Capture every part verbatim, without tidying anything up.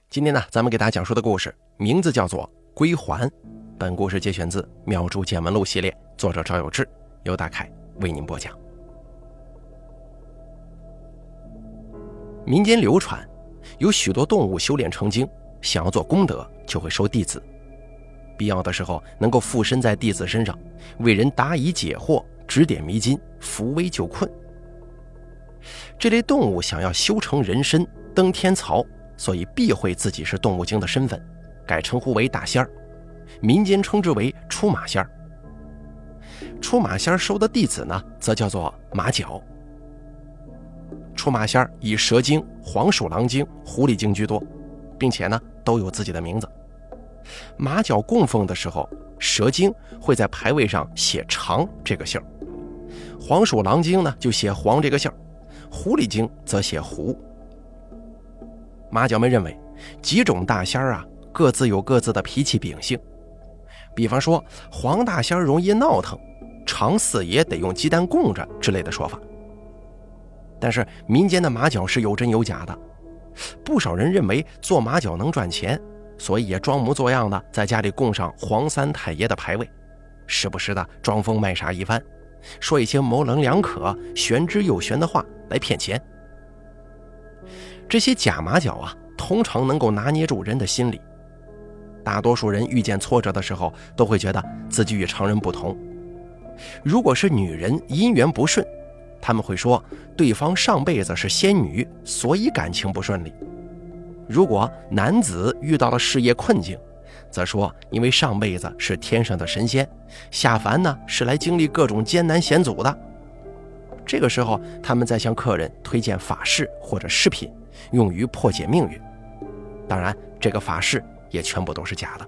今天呢，咱们给大家讲述的故事名字叫做《归还》。本故事节选自《妙著见闻录》系列，作者赵有志，由大凯为您播讲。民间流传，有许多动物修炼成精，想要做功德，就会收弟子，必要的时候能够附身在弟子身上，为人答疑解惑，指点迷津，扶危救困。这类动物想要修成人身，登天曹，所以避讳自己是动物精的身份，改称呼为大仙儿，民间称之为出马仙儿。出马仙儿收的弟子呢，则叫做马角。出马仙儿以蛇精、黄鼠狼精、狐狸精居多，并且呢都有自己的名字。马角供奉的时候，蛇精会在牌位上写长这个姓，黄鼠狼精呢就写黄这个姓，狐狸精则写狐。马角们认为几种大仙儿啊，各自有各自的脾气秉性。比方说黄大仙儿容易闹腾，常四爷得用鸡蛋供着之类的说法。但是民间的马角是有真有假的，不少人认为做马角能赚钱，所以也装模作样的在家里供上黄三太爷的牌位，时不时的装疯卖傻一番，说一些模棱两可、玄之又玄的话来骗钱。这些假马角啊，通常能够拿捏住人的心理。大多数人遇见挫折的时候，都会觉得自己与常人不同。如果是女人姻缘不顺，他们会说对方上辈子是仙女，所以感情不顺利。如果男子遇到了事业困境，则说因为上辈子是天上的神仙，下凡呢是来经历各种艰难险阻的。这个时候他们再向客人推荐法事或者饰品，用于破解命运。当然这个法事也全部都是假的。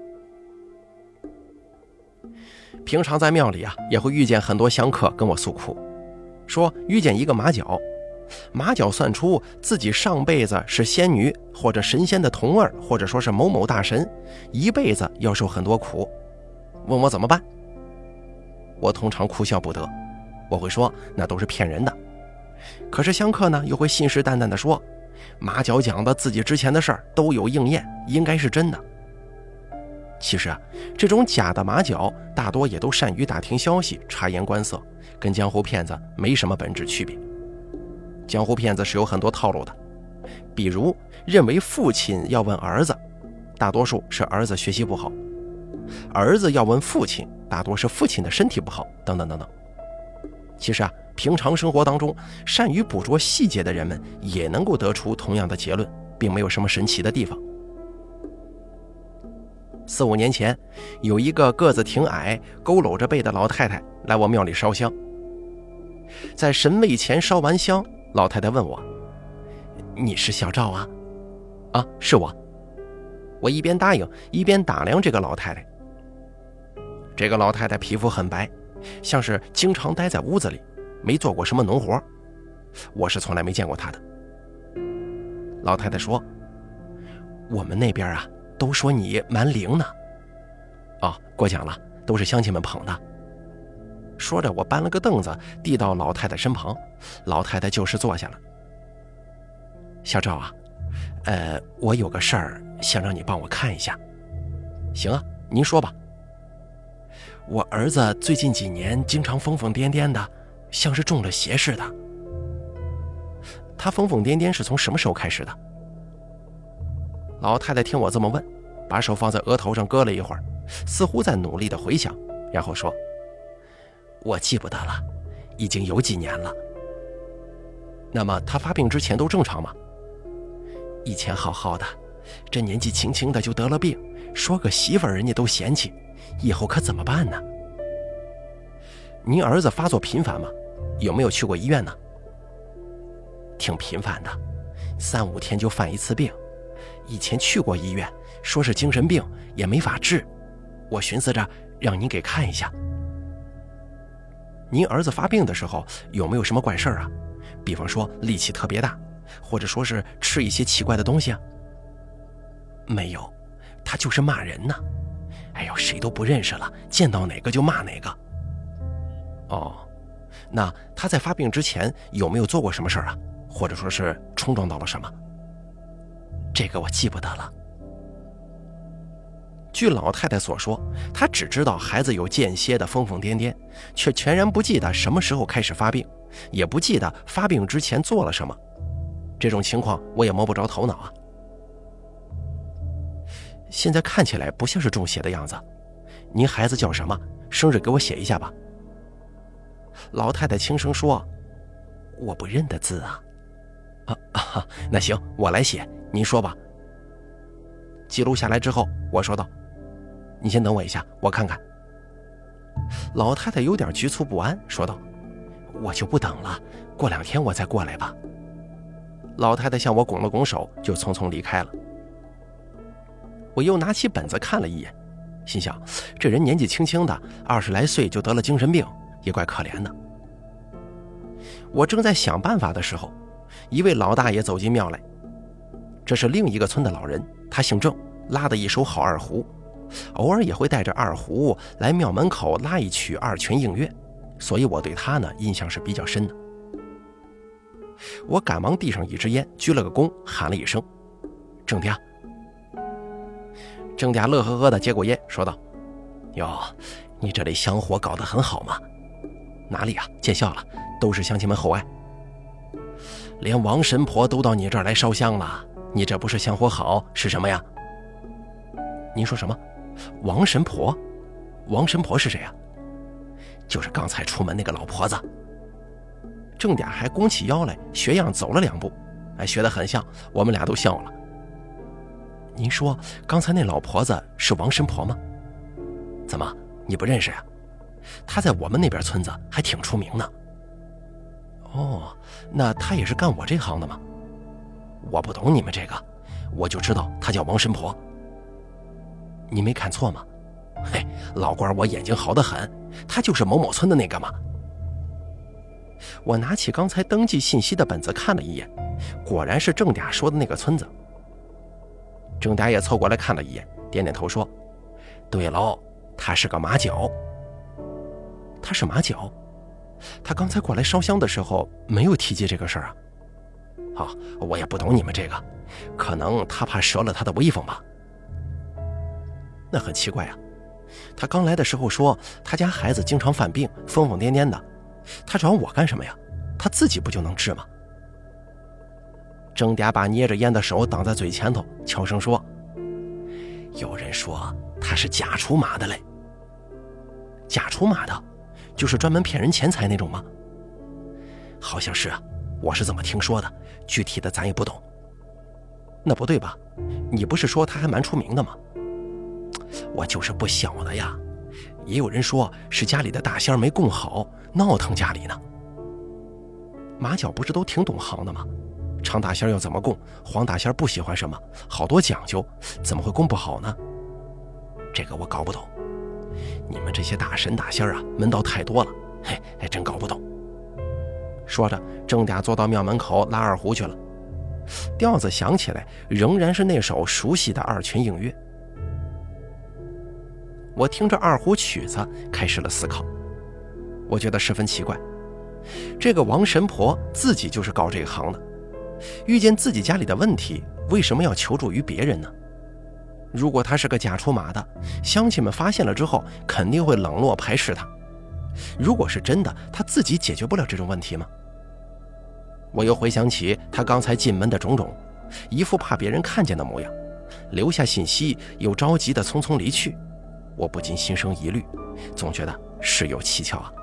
平常在庙里啊，也会遇见很多香客跟我诉苦，说遇见一个马角，马角算出自己上辈子是仙女或者神仙的童儿，或者说是某某大神，一辈子要受很多苦，问我怎么办。我通常哭笑不得，我会说那都是骗人的。可是香客呢又会信誓旦旦地说，马角讲的自己之前的事儿都有应验，应该是真的。其实啊，这种假的马角大多也都善于打听消息，察言观色，跟江湖骗子没什么本质区别。江湖骗子是有很多套路的，比如认为父亲要问儿子，大多数是儿子学习不好；儿子要问父亲，大多是父亲的身体不好，等等等等。其实啊，平常生活当中善于捕捉细节的人们也能够得出同样的结论，并没有什么神奇的地方。四五年前，有一个个子挺矮、佝偻着背的老太太来我庙里烧香。在神位前烧完香，老太太问我：“你是小赵啊？”“啊，是我。”我一边答应，一边打量这个老太太。这个老太太皮肤很白，像是经常待在屋子里，没做过什么农活，我是从来没见过她的。老太太说：“我们那边啊，都说你蛮灵呢。”“哦，过奖了，都是乡亲们捧的。”说着，我搬了个凳子递到老太太身旁，老太太就事坐下了。“小赵啊，呃，我有个事儿想让你帮我看一下。”“行啊，您说吧。”“我儿子最近几年经常疯疯癫癫的，像是中了邪似的。”“他疯疯癫癫是从什么时候开始的？”老太太听我这么问，把手放在额头上搁了一会儿，似乎在努力地回想，然后说：“我记不得了，已经有几年了。”“那么他发病之前都正常吗？”“以前好好的，这年纪轻轻的就得了病，说个媳妇儿人家都嫌弃，以后可怎么办呢？”“您儿子发作频繁吗？有没有去过医院呢？”“挺频繁的，三五天就犯一次病。以前去过医院，说是精神病，也没法治。我寻思着让您给看一下。”“您儿子发病的时候有没有什么怪事儿啊？比方说力气特别大，或者说是吃一些奇怪的东西啊？”“没有，他就是骂人呢。哎呦，谁都不认识了，见到哪个就骂哪个。”“哦，那他在发病之前有没有做过什么事儿啊？或者说是冲撞到了什么？” 这个我记不得了。据老太太所说，她只知道孩子有间歇的疯疯癫癫，却全然不记得什么时候开始发病，也不记得发病之前做了什么。这种情况我也摸不着头脑啊。现在看起来不像是中邪的样子，您孩子叫什么？生日给我写一下吧。老太太轻声说：我不认得字啊。啊啊，那行，我来写，您说吧。记录下来之后，我说道：你先等我一下，我看看。老太太有点局促不安，说道：我就不等了，过两天我再过来吧。老太太向我拱了拱手，就匆匆离开了。我又拿起本子看了一眼，心想这人年纪轻轻的，二十来岁就得了精神病，也怪可怜的。我正在想办法的时候，一位老大爷走进庙来。这是另一个村的老人，他姓郑，拉的一手好二胡，偶尔也会带着二胡来庙门口拉一曲二泉映月，所以我对他呢印象是比较深的。我赶忙递上一支烟，鞠了个躬，喊了一声：郑家。郑家乐呵呵地接过烟，说道：哟，你这里香火搞得很好嘛？哪里啊，见笑了，都是乡亲们厚爱。连王神婆都到你这儿来烧香了，你这不是香火好是什么呀？您说什么？王神婆？王神婆是谁啊？就是刚才出门那个老婆子。郑家还弓起腰来，学样走了两步，哎，学得很像，我们俩都笑了。您说刚才那老婆子是王神婆吗？怎么你不认识呀？她在我们那边村子还挺出名呢。哦，那她也是干我这行的吗？我不懂你们这个，我就知道她叫王神婆。你没看错吗？嘿，老官我眼睛好得很，她就是某某村的那个嘛。我拿起刚才登记信息的本子看了一眼，果然是郑嗲说的那个村子。郑嗲也凑过来看了一眼，点点头说：对喽，他是个马脚。他是马脚？他刚才过来烧香的时候没有提及这个事儿啊。好、哦，我也不懂你们这个，可能他怕折了他的威风吧。那很奇怪啊，他刚来的时候说他家孩子经常犯病，疯疯癫癫的，他找我干什么呀？他自己不就能治吗？郑嗲把捏着烟的手挡在嘴前头，悄声说：有人说他是假出马的嘞。假出马的，就是专门骗人钱财那种吗？好像是啊，我是这么听说的，具体的咱也不懂。那不对吧？你不是说他还蛮出名的吗？我就是不晓得呀，也有人说是家里的大仙没供好，闹腾家里呢。马脚不是都挺懂行的吗？常大仙要怎么供，黄大仙不喜欢什么，好多讲究，怎么会供不好呢？这个我搞不懂。你们这些大神大仙啊，门道太多了，嘿，还真搞不懂。说着，郑嗲坐到庙门口拉二胡去了。调子响起来，仍然是那首熟悉的二泉映月。我听着二胡曲子，开始了思考。我觉得十分奇怪，这个王神婆自己就是搞这行的，遇见自己家里的问题，为什么要求助于别人呢？如果他是个假出马的，乡亲们发现了之后肯定会冷落排斥他。如果是真的，他自己解决不了这种问题吗？我又回想起他刚才进门的种种，一副怕别人看见的模样，留下信息又着急的匆匆离去，我不禁心生疑虑，总觉得事有蹊跷啊。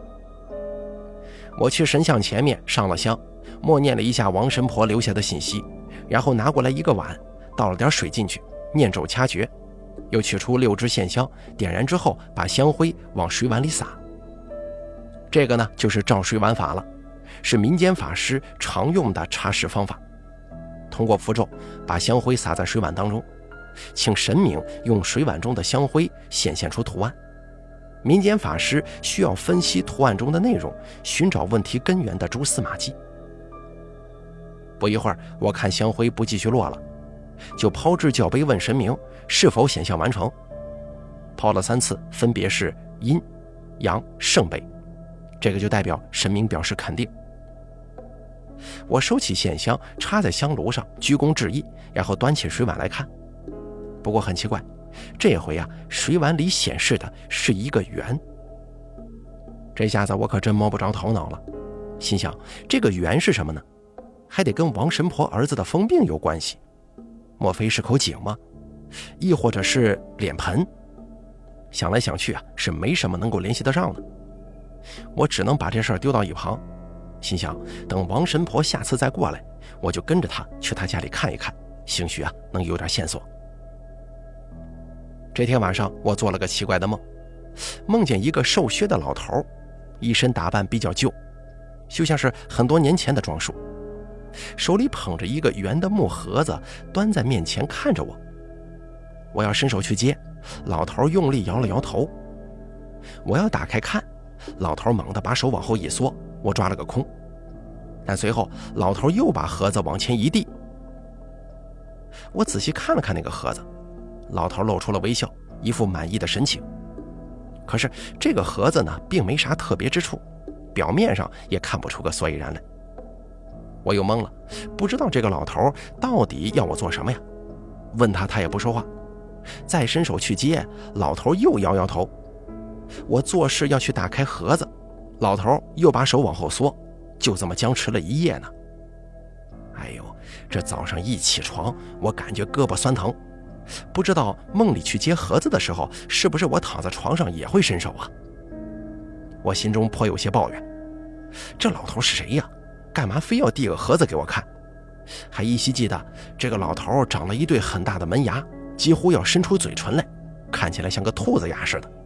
我去神像前面上了香，默念了一下王神婆留下的信息，然后拿过来一个碗，倒了点水进去，念咒掐诀，又取出六支线香，点燃之后把香灰往水碗里撒。这个呢就是照水碗法了，是民间法师常用的查事方法。通过符咒把香灰撒在水碗当中，请神明用水碗中的香灰显现出图案。民间法师需要分析图案中的内容，寻找问题根源的蛛丝马迹。不一会儿，我看香灰不继续落了，就抛至教杯问神明是否显像完成。抛了三次，分别是阴、阳、圣杯，这个就代表神明表示肯定。 我收起线香，插在香炉上，鞠躬致意，然后端起水碗来看。不过很奇怪，这回啊，水碗里显示的是一个圆。这下子我可真摸不着头脑了，心想这个圆是什么呢？还得跟王神婆儿子的疯病有关系，莫非是口井吗？亦或者是脸盆？想来想去啊，是没什么能够联系得上的。我只能把这事儿丢到一旁，心想等王神婆下次再过来，我就跟着她去她家里看一看，兴许啊能有点线索。这天晚上我做了个奇怪的梦，梦见一个瘦削的老头，一身打扮比较旧，就像是很多年前的装束，手里捧着一个圆的木盒子，端在面前看着我。我要伸手去接，老头用力摇了摇头。我要打开看，老头猛地把手往后一缩，我抓了个空。但随后老头又把盒子往前一递。我仔细看了看那个盒子，老头露出了微笑，一副满意的神情。可是这个盒子呢，并没啥特别之处，表面上也看不出个所以然来。我又懵了，不知道这个老头到底要我做什么呀？问他，他也不说话。再伸手去接，老头又摇摇头。我做事要去打开盒子，老头又把手往后缩，就这么僵持了一夜呢。哎呦，这早上一起床，我感觉胳膊酸疼，不知道梦里去接盒子的时候，是不是我躺在床上也会伸手啊？我心中颇有些抱怨，这老头是谁呀？干嘛非要递个盒子给我看？还依稀记得这个老头长了一对很大的门牙，几乎要伸出嘴唇来，看起来像个兔子牙似的。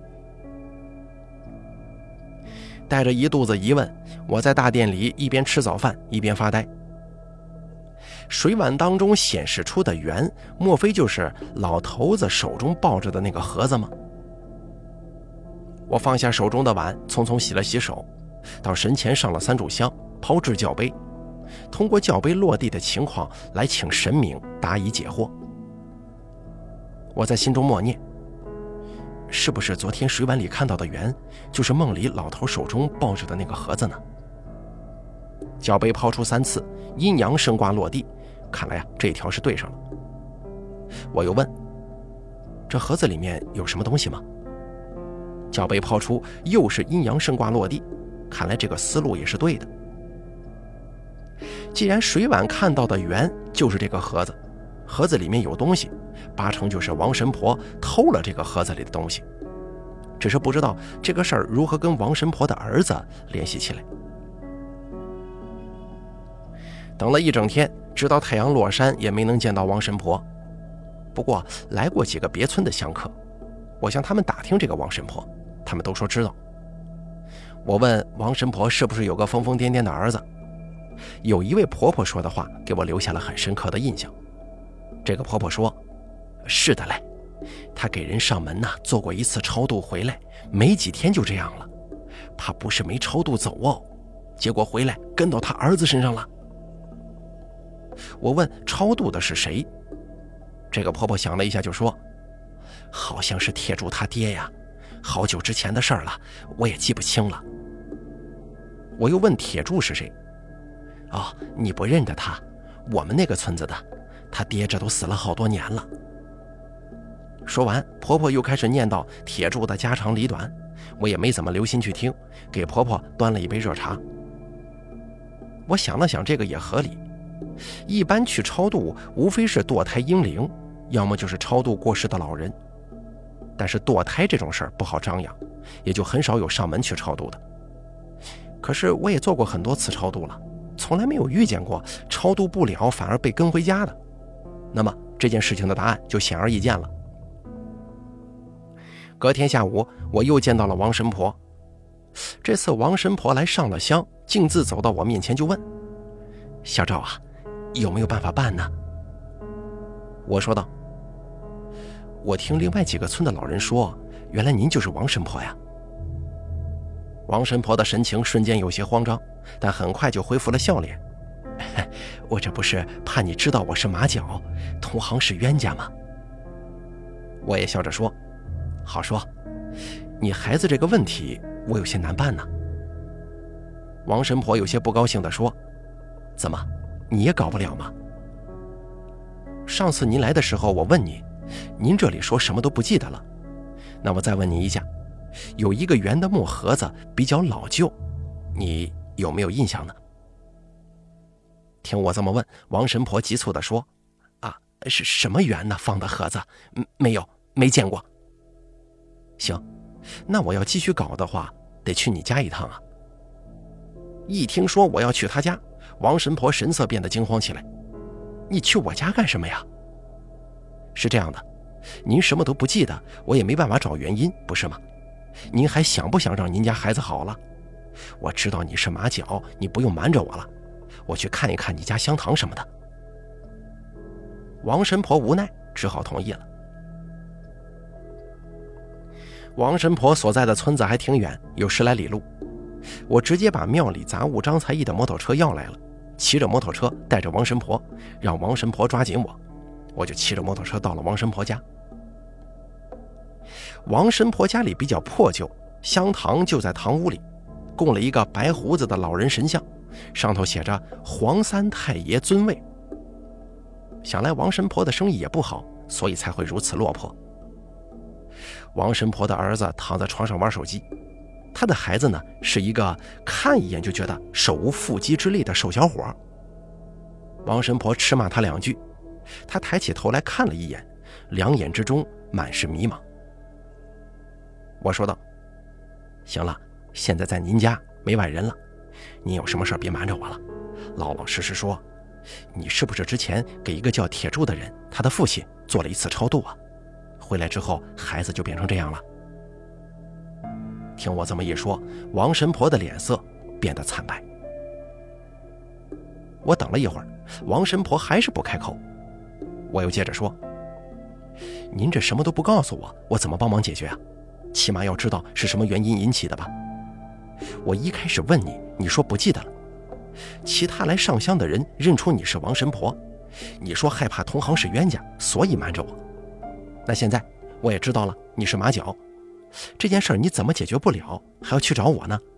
带着一肚子疑问，我在大殿里一边吃早饭一边发呆。水碗当中显示出的圆，莫非就是老头子手中抱着的那个盒子吗？我放下手中的碗，匆匆洗了洗手，到神前上了三炷香，抛掷教杯，通过教杯落地的情况来请神明答疑解惑。我在心中默念，是不是昨天水碗里看到的圆，就是梦里老头手中抱着的那个盒子呢？教杯抛出三次，阴阳升卦落地，看来呀、啊，这一条是对上了。我又问，这盒子里面有什么东西吗？教杯抛出，又是阴阳升卦落地，看来这个思路也是对的。既然水碗看到的圆就是这个盒子，盒子里面有东西，八成就是王神婆偷了这个盒子里的东西，只是不知道这个事儿如何跟王神婆的儿子联系起来。等了一整天，直到太阳落山也没能见到王神婆。不过来过几个别村的香客，我向他们打听这个王神婆，他们都说知道。我问王神婆是不是有个疯疯癫癫的儿子，有一位婆婆说的话给我留下了很深刻的印象。这个婆婆说，是的嘞，她给人上门呐、啊、做过一次超度回来，没几天就这样了，怕不是没超度走哦，结果回来跟到她儿子身上了。我问超度的是谁，这个婆婆想了一下就说，好像是铁柱他爹呀，好久之前的事儿了，我也记不清了。我又问铁柱是谁，哦，你不认得他，我们那个村子的，他爹这都死了好多年了。说完，婆婆又开始念叨铁柱的家长里短，我也没怎么留心去听，给婆婆端了一杯热茶。我想了想，这个也合理，一般去超度无非是堕胎婴灵，要么就是超度过世的老人，但是堕胎这种事儿不好张扬，也就很少有上门去超度的。可是我也做过很多次超度了，从来没有遇见过超度不了反而被跟回家的，那么这件事情的答案就显而易见了。隔天下午，我又见到了王神婆。这次王神婆来上了香，径自走到我面前就问，小赵啊，有没有办法办呢？我说道，我听另外几个村的老人说，原来您就是王神婆呀。王神婆的神情瞬间有些慌张，但很快就恢复了笑脸。我这不是怕你知道我是马脚，同行是冤家吗？我也笑着说，好说，你孩子这个问题我有些难办呢。王神婆有些不高兴地说， 怎么，你也搞不了吗？上次您来的时候我问你，您这里说什么都不记得了。那我再问你一下，有一个圆的木盒子比较老旧，你有没有印象呢？听我这么问，王神婆急促地说，啊，是什么圆呢？放的盒子？没有，没见过。行，那我要继续搞的话，得去你家一趟啊。一听说我要去他家，王神婆神色变得惊慌起来。你去我家干什么呀？是这样的，您什么都不记得，我也没办法找原因，不是吗？您还想不想让您家孩子好了？我知道你是马脚，你不用瞒着我了，我去看一看你家香堂什么的。王神婆无奈，只好同意了。王神婆所在的村子还挺远，有十来里路。我直接把庙里杂物张才艺的摩托车要来了，骑着摩托车带着王神婆，让王神婆抓紧我，我就骑着摩托车到了王神婆家。王神婆家里比较破旧，香堂就在堂屋里，供了一个白胡子的老人神像，上头写着黄三太爷尊位。想来王神婆的生意也不好，所以才会如此落魄。王神婆的儿子躺在床上玩手机，他的孩子呢，是一个看一眼就觉得手无缚鸡之力的瘦小伙。王神婆斥骂他两句，他抬起头来看了一眼，两眼之中满是迷茫。我说道，行了，现在在您家没外人了，您有什么事别瞒着我了，老老实实说，你是不是之前给一个叫铁柱的人他的父亲做了一次超度啊？回来之后孩子就变成这样了。听我这么一说，王神婆的脸色变得惨白。我等了一会儿，王神婆还是不开口。我又接着说，您这什么都不告诉我，我怎么帮忙解决啊？起码要知道是什么原因引起的吧。我一开始问你，你说不记得了，其他来上香的人认出你是王神婆，你说害怕同行是冤家，所以瞒着我。那现在我也知道了，你是马脚，这件事你怎么解决不了，还要去找我呢？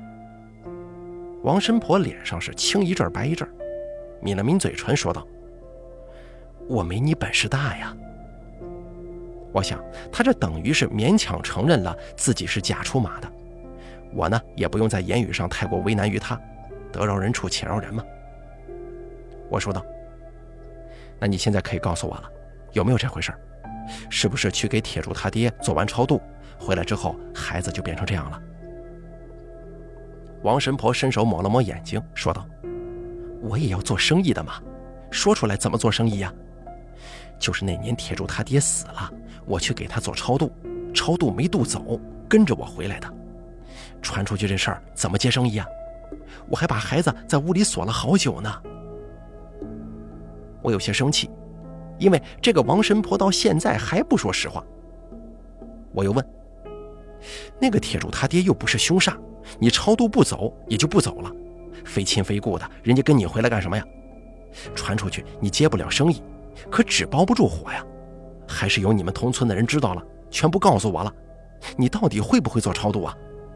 王神婆脸上是青一阵白一阵，抿了抿嘴唇说道，我没你本事大呀。我想他这等于是勉强承认了自己是假出马的，我呢也不用在言语上太过为难于他，得饶人处且饶人嘛。我说道，那你现在可以告诉我了，有没有这回事？是不是去给铁柱他爹做完超度，回来之后孩子就变成这样了？王神婆伸手抹了抹眼睛说道，我也要做生意的嘛，说出来怎么做生意呀？就是那年铁柱他爹死了，我去给他做超度，超度没度走，跟着我回来的，传出去这事儿怎么接生意啊？我还把孩子在屋里锁了好久呢。我有些生气，因为这个王神婆到现在还不说实话。我又问，那个铁柱他爹又不是凶煞，你超度不走也就不走了，非亲非故的，人家跟你回来干什么呀？传出去你接不了生意，可纸包不住火呀，还是有你们同村的人知道了，全部告诉我了，你到底会不会做超度啊？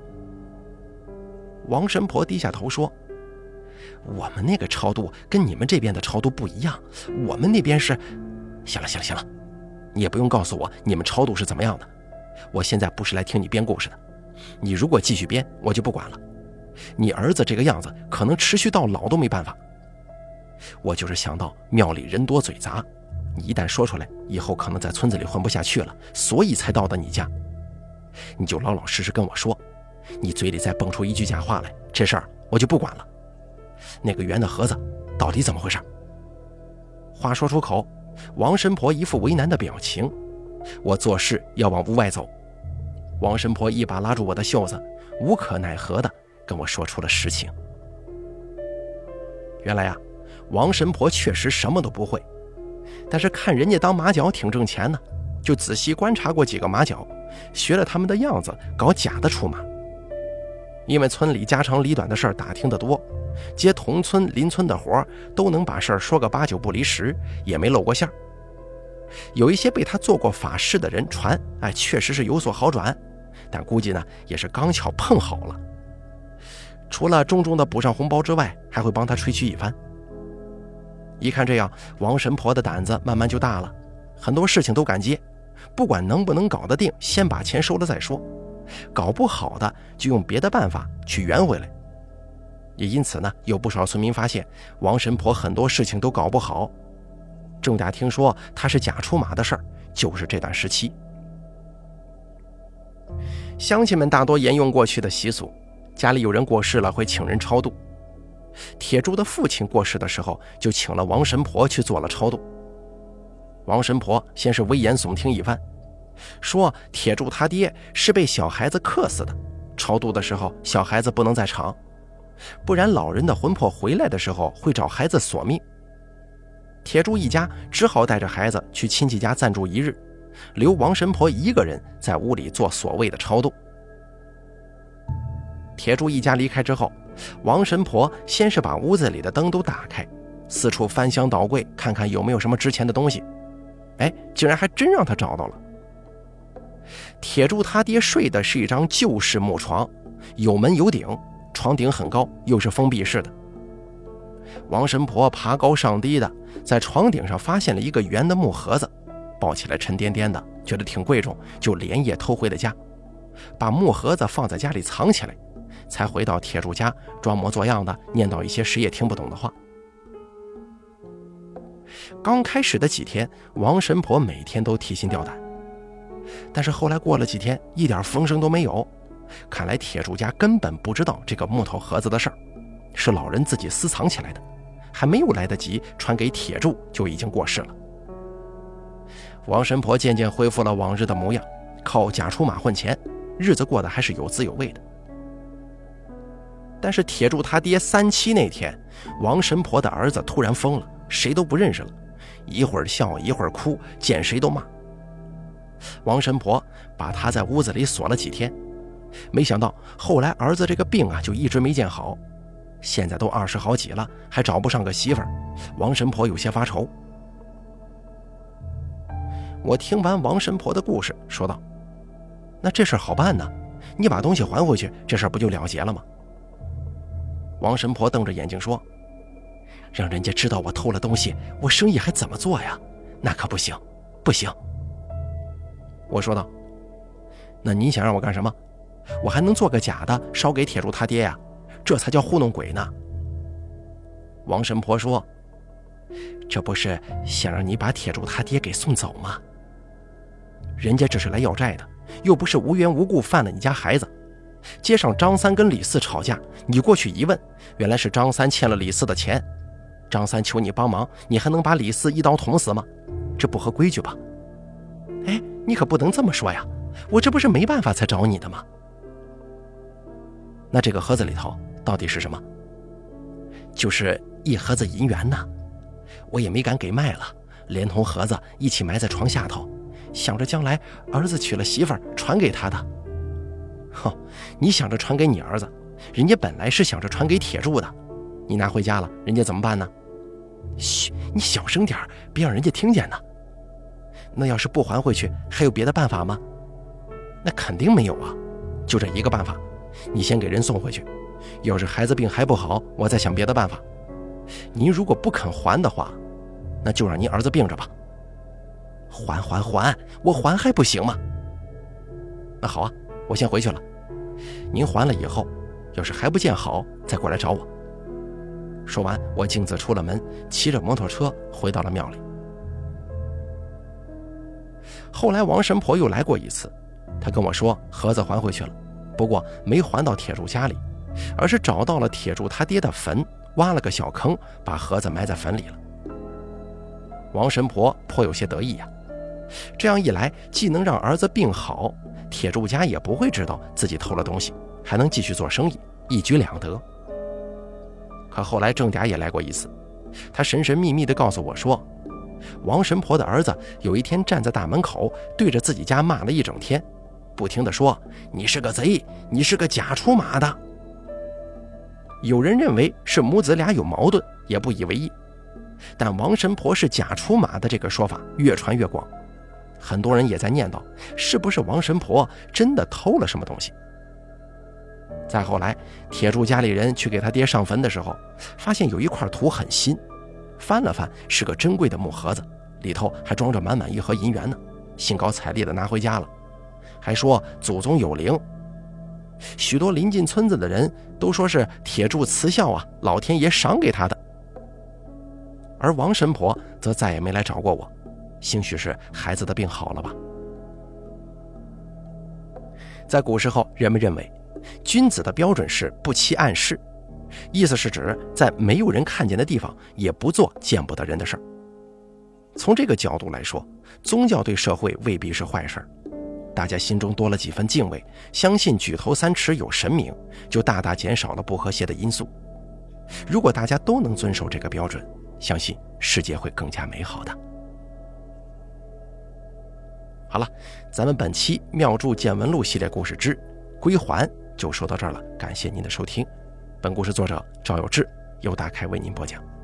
王神婆低下头说，我们那个超度跟你们这边的超度不一样，我们那边是……行了行了行了，你也不用告诉我你们超度是怎么样的，我现在不是来听你编故事的，你如果继续编我就不管了，你儿子这个样子可能持续到老都没办法。我就是想到庙里人多嘴杂，你一旦说出来，以后可能在村子里混不下去了，所以才到的你家。你就老老实实跟我说，你嘴里再蹦出一句假话来，这事儿我就不管了。那个圆的盒子到底怎么回事？话说出口，王神婆一副为难的表情，我做事要往屋外走，王神婆一把拉住我的袖子，无可奈何地跟我说出了实情。原来啊，王神婆确实什么都不会，但是看人家当马脚挺挣钱呢，就仔细观察过几个马脚，学了他们的样子搞假的出马。因为村里家长里短的事儿打听得多，接同村邻村的活都能把事儿说个八九不离十，也没露过馅儿。有一些被他做过法事的人传，哎，确实是有所好转，但估计呢也是刚巧碰好了。除了重重的补上红包之外，还会帮他吹嘘一番， 一看这样，王神婆的胆子慢慢就大了，很多事情都敢接，不管能不能搞得定，先把钱收了再说，搞不好的就用别的办法去圆回来。也因此呢，有不少村民发现王神婆很多事情都搞不好。郑家听说她是假出马的事儿，就是这段时期。乡亲们大多沿用过去的习俗，家里有人过世了会请人超度。铁柱的父亲过世的时候，就请了王神婆去做了超度。王神婆先是危言耸听一番，说铁柱他爹是被小孩子克死的，超度的时候小孩子不能在场，不然老人的魂魄回来的时候会找孩子索命。铁柱一家只好带着孩子去亲戚家暂住一日，留王神婆一个人在屋里做所谓的超度。铁柱一家离开之后，王神婆先是把屋子里的灯都打开，四处翻箱倒柜，看看有没有什么值钱的东西。哎，竟然还真让他找到了。铁柱他爹睡的是一张旧式木床，有门有顶，床顶很高，又是封闭式的。王神婆爬高上低的，在床顶上发现了一个圆的木盒子，抱起来沉甸甸的，觉得挺贵重，就连夜偷回了家，把木盒子放在家里藏起来，才回到铁柱家装模作样的念叨一些谁也听不懂的话。刚开始的几天，王神婆每天都提心吊胆，但是后来过了几天，一点风声都没有。看来铁柱家根本不知道这个木头盒子的事儿，是老人自己私藏起来的，还没有来得及传给铁柱就已经过世了。王神婆渐渐恢复了往日的模样，靠假出马混钱，日子过得还是有滋有味的。但是铁柱他爹三七那天，王神婆的儿子突然疯了，谁都不认识了，一会儿笑一会儿哭，见谁都骂。王神婆把他在屋子里锁了几天，没想到后来儿子这个病啊就一直没见好，现在都二十好几了，还找不上个媳妇儿，王神婆有些发愁。我听完王神婆的故事，说道：那这事好办呢，你把东西还回去，这事不就了结了吗？王神婆瞪着眼睛说：让人家知道我偷了东西，我生意还怎么做呀？那可不行，不行。我说道：那你想让我干什么？我还能做个假的烧给铁柱他爹呀，这才叫糊弄鬼呢。王神婆说：这不是想让你把铁柱他爹给送走吗？人家只是来要债的，又不是无缘无故犯了你家孩子。街上张三跟李四吵架，你过去一问，原来是张三欠了李四的钱，张三求你帮忙，你还能把李四一刀捅死吗？这不合规矩吧？哎，你可不能这么说呀，我这不是没办法才找你的吗？那这个盒子里头到底是什么？就是一盒子银元呢，我也没敢给卖了，连同盒子一起埋在床下头，想着将来儿子娶了媳妇儿传给他的。哼，你想着传给你儿子，人家本来是想着传给铁柱的，你拿回家了，人家怎么办呢？嘘，你小声点，别让人家听见呢。那要是不还回去，还有别的办法吗？那肯定没有啊，就这一个办法，你先给人送回去，要是孩子病还不好，我再想别的办法。您如果不肯还的话，那就让您儿子病着吧。还还还，我还还不行吗？那好啊，我先回去了，您还了以后，要是还不见好，再过来找我。说完，我径自出了门，骑着摩托车回到了庙里。后来王神婆又来过一次，她跟我说盒子还回去了，不过没还到铁柱家里，而是找到了铁柱他爹的坟，挖了个小坑，把盒子埋在坟里了。王神婆颇有些得意呀、啊，这样一来，既能让儿子病好，铁柱家也不会知道自己偷了东西，还能继续做生意，一举两得。可后来郑嗲也来过一次，他神神秘秘地告诉我说，王神婆的儿子有一天站在大门口，对着自己家骂了一整天，不停地说：你是个贼，你是个假出马的。有人认为是母子俩有矛盾，也不以为意，但王神婆是假出马的这个说法越传越广，很多人也在念叨，是不是王神婆真的偷了什么东西。再后来，铁柱家里人去给他爹上坟的时候，发现有一块土很新， 翻了翻，是个珍贵的木盒子，里头还装着满满一盒银元呢，兴高采烈地拿回家了，还说祖宗有灵。许多临近村子的人都说是铁柱慈孝啊，老天爷赏给他的。而王神婆则再也没来找过我，兴许是孩子的病好了吧。在古时候，人们认为君子的标准是不欺暗室，意思是指在没有人看见的地方也不做见不得人的事儿。从这个角度来说，宗教对社会未必是坏事，大家心中多了几分敬畏，相信举头三尺有神明，就大大减少了不和谐的因素。如果大家都能遵守这个标准，相信世界会更加美好的。好了，咱们本期妙著见闻录系列故事之归还就说到这儿了，感谢您的收听。本故事作者赵有志，由大开为您播讲。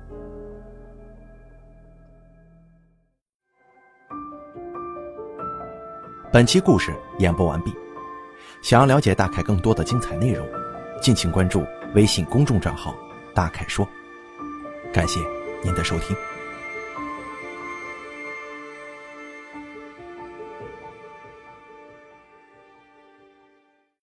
本期故事演播完毕，想要了解大凯更多的精彩内容，敬请关注微信公众账号大凯说。感谢您的收听。